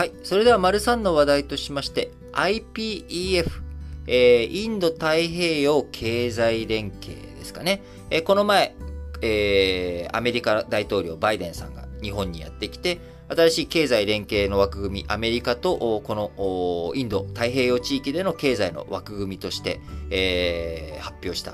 はい。それでは、丸3の話題としまして、IPEF、インド太平洋経済連携ですかね。この前、アメリカ大統領バイデンさんが日本にやってきて、新しい経済連携の枠組み、アメリカとこのインド太平洋地域での経済の枠組みとして、発表した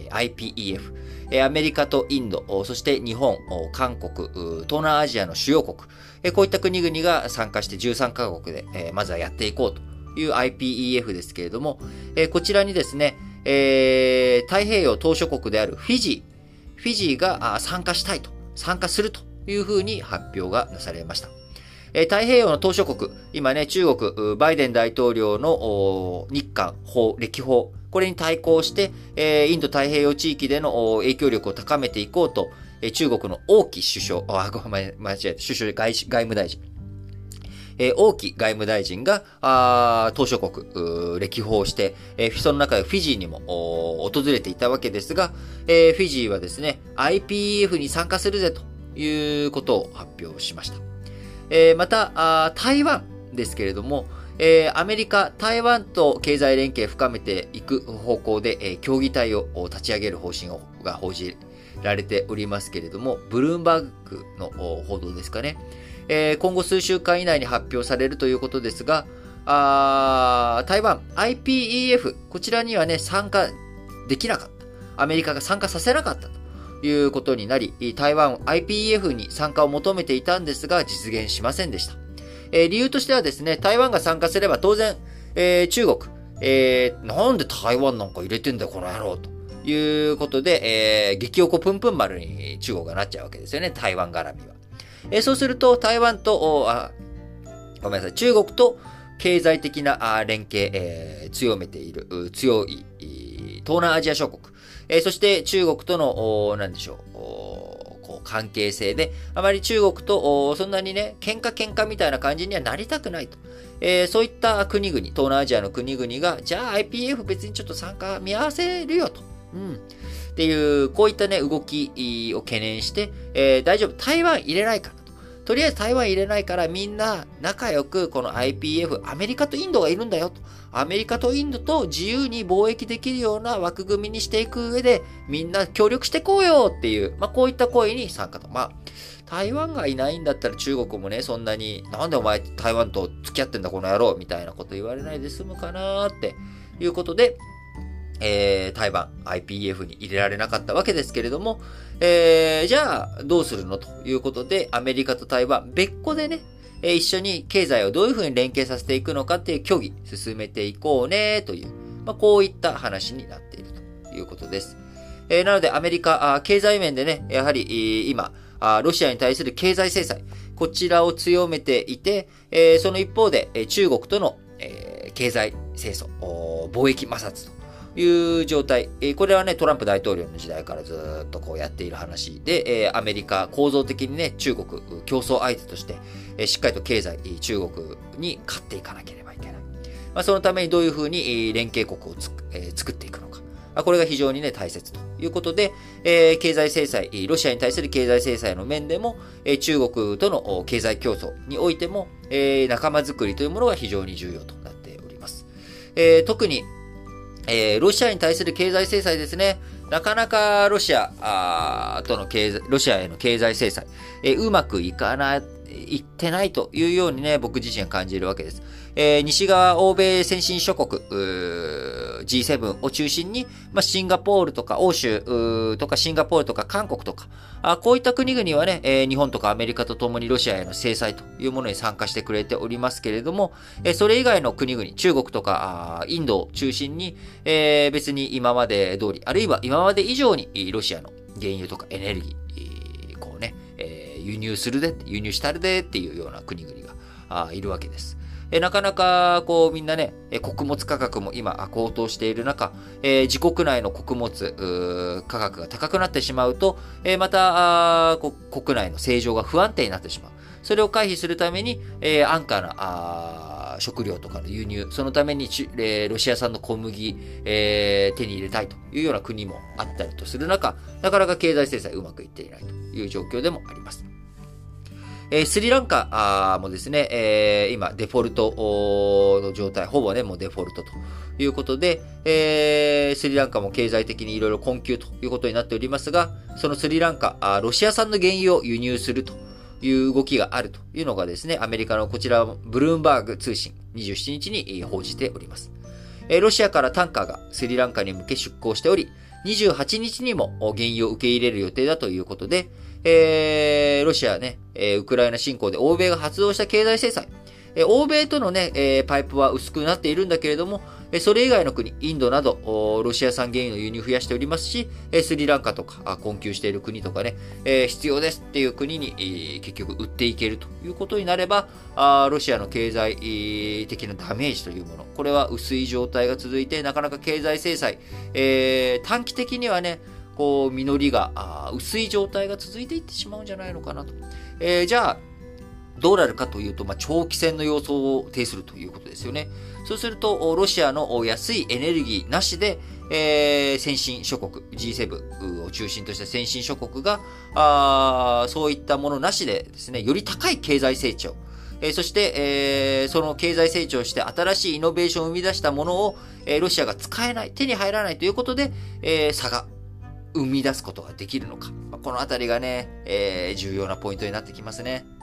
IPEF、アメリカとインド、そして日本、韓国、東南アジアの主要国、こういった国々が参加して13カ国で、まずはやっていこうという IPEF ですけれども、こちらにですね、太平洋島しょ国であるフィジーが参加するというふうに発表がなされました。太平洋の島しょ国、今ね、中国、バイデン大統領の日韓法、歴訪、これに対抗して、インド太平洋地域での影響力を高めていこうと、中国の王毅首相、外務大臣。王毅外務大臣が、島しょ国、歴訪して、その中でフィジーにも訪れていたわけですが、フィジーはですね、IPEF に参加するぜということを発表しました。また、台湾ですけれども、アメリカ、台湾と経済連携を深めていく方向で、協議体を立ち上げる方針が報じられておりますけれども、ブルームバーグの報道ですかね。今後数週間以内に発表されるということですが、台湾 IPEF、こちらにはね、参加できなかった。アメリカが参加させなかったということになり、台湾 IPEF に参加を求めていたんですが、実現しませんでした。理由としてはですね、台湾が参加すれば当然、中国、なんで台湾なんか入れてんだよ、この野郎ということで、激おこぷんぷん丸に中国がなっちゃうわけですよね、台湾絡みは。そうすると、台湾と、ごめんなさい、中国と経済的な連携、強めている、強い、東南アジア諸国、そして中国との、なんでしょう、関係性で、あまり中国とそんなにね、喧嘩みたいな感じにはなりたくないと。そういった国々、東南アジアの国々が、じゃあ IPF 別にちょっと参加見合わせるよと。っていう、こういったね、動きを懸念して、大丈夫、台湾入れないからと。とりあえず台湾入れないからみんな仲良くこの IPF、アメリカとインドがいるんだよと。アメリカとインドと自由に貿易できるような枠組みにしていく上で、みんな協力していこうよっていう、こういった声に参加と。台湾がいないんだったら中国もね、そんなに、なんでお前台湾と付き合ってんだこの野郎みたいなこと言われないで済むかなっていうことで、台湾 IPEF に入れられなかったわけですけれども、じゃあどうするのということで、アメリカと台湾別個でね、一緒に経済をどういうふうに連携させていくのかっていう協議進めていこうねという、こういった話になっているということです。なのでアメリカ、経済面でね、やはり今、ロシアに対する経済制裁、こちらを強めていて、その一方で中国との、経済戦争、貿易摩擦という状態。これはね、トランプ大統領の時代からずっとこうやっている話で、アメリカ構造的にね、中国競争相手として、しっかりと経済、中国に勝っていかなければいけない。そのためにどういうふうに連携国を作っていくのか。これが非常にね、大切ということで、経済制裁、ロシアに対する経済制裁の面でも、中国との経済競争においても、仲間づくりというものが非常に重要となっております。特にロシアに対する経済制裁ですね。なかなかロシアへの経済制裁、うまくいってないというようにね、僕自身は感じるわけです。西側欧米先進諸国、G7 を中心に、シンガポールとか欧州とかシンガポールとか韓国とか、こういった国々はね、日本とかアメリカとともにロシアへの制裁というものに参加してくれておりますけれども、それ以外の国々、中国とかインドを中心に、別に今まで通り、あるいは今まで以上にロシアの原油とかエネルギー、こうね、輸入したるでっていうような国々がいるわけです。なかなかこうみんなね、穀物価格も今高騰している中、自国内の穀物価格が高くなってしまうと、また国内の政情が不安定になってしまう。それを回避するために、安価な食料とかの輸入、そのためにロシア産の小麦、手に入れたいというような国もあったりとする中、なかなか経済制裁うまくいっていないという状況でもあります。 スリランカもですね、今デフォルトの状態、ほぼね、もうデフォルトということで、スリランカも経済的にいろいろ困窮ということになっておりますが、そのスリランカ、ロシア産の原油を輸入するという動きがあるというのがですね、アメリカのこちら、ブルームバーグ通信27日に報じております。ロシアからタンカーがスリランカに向け出港しており、28日にも原油を受け入れる予定だということで、ロシアね、ウクライナ侵攻で欧米が発動した経済制裁、欧米とのね、パイプは薄くなっているんだけれども、それ以外の国、インドなど、ロシア産原油の輸入を増やしておりますし、スリランカとか、困窮している国とかね、必要ですっていう国に、結局売っていけるということになれば、ロシアの経済的なダメージというもの、これは薄い状態が続いて、なかなか経済制裁、短期的にはね、こう、実りが薄い状態が続いていってしまうんじゃないのかなと。じゃあ、どうなるかというと、長期戦の様相を呈するということですよね。そうすると、ロシアの安いエネルギーなしで、先進諸国、G7 を中心とした先進諸国が、そういったものなしでですね、より高い経済成長、そして、その経済成長して新しいイノベーションを生み出したものを、ロシアが使えない、手に入らないということで、差が生み出すことができるのか。このあたりがね、重要なポイントになってきますね。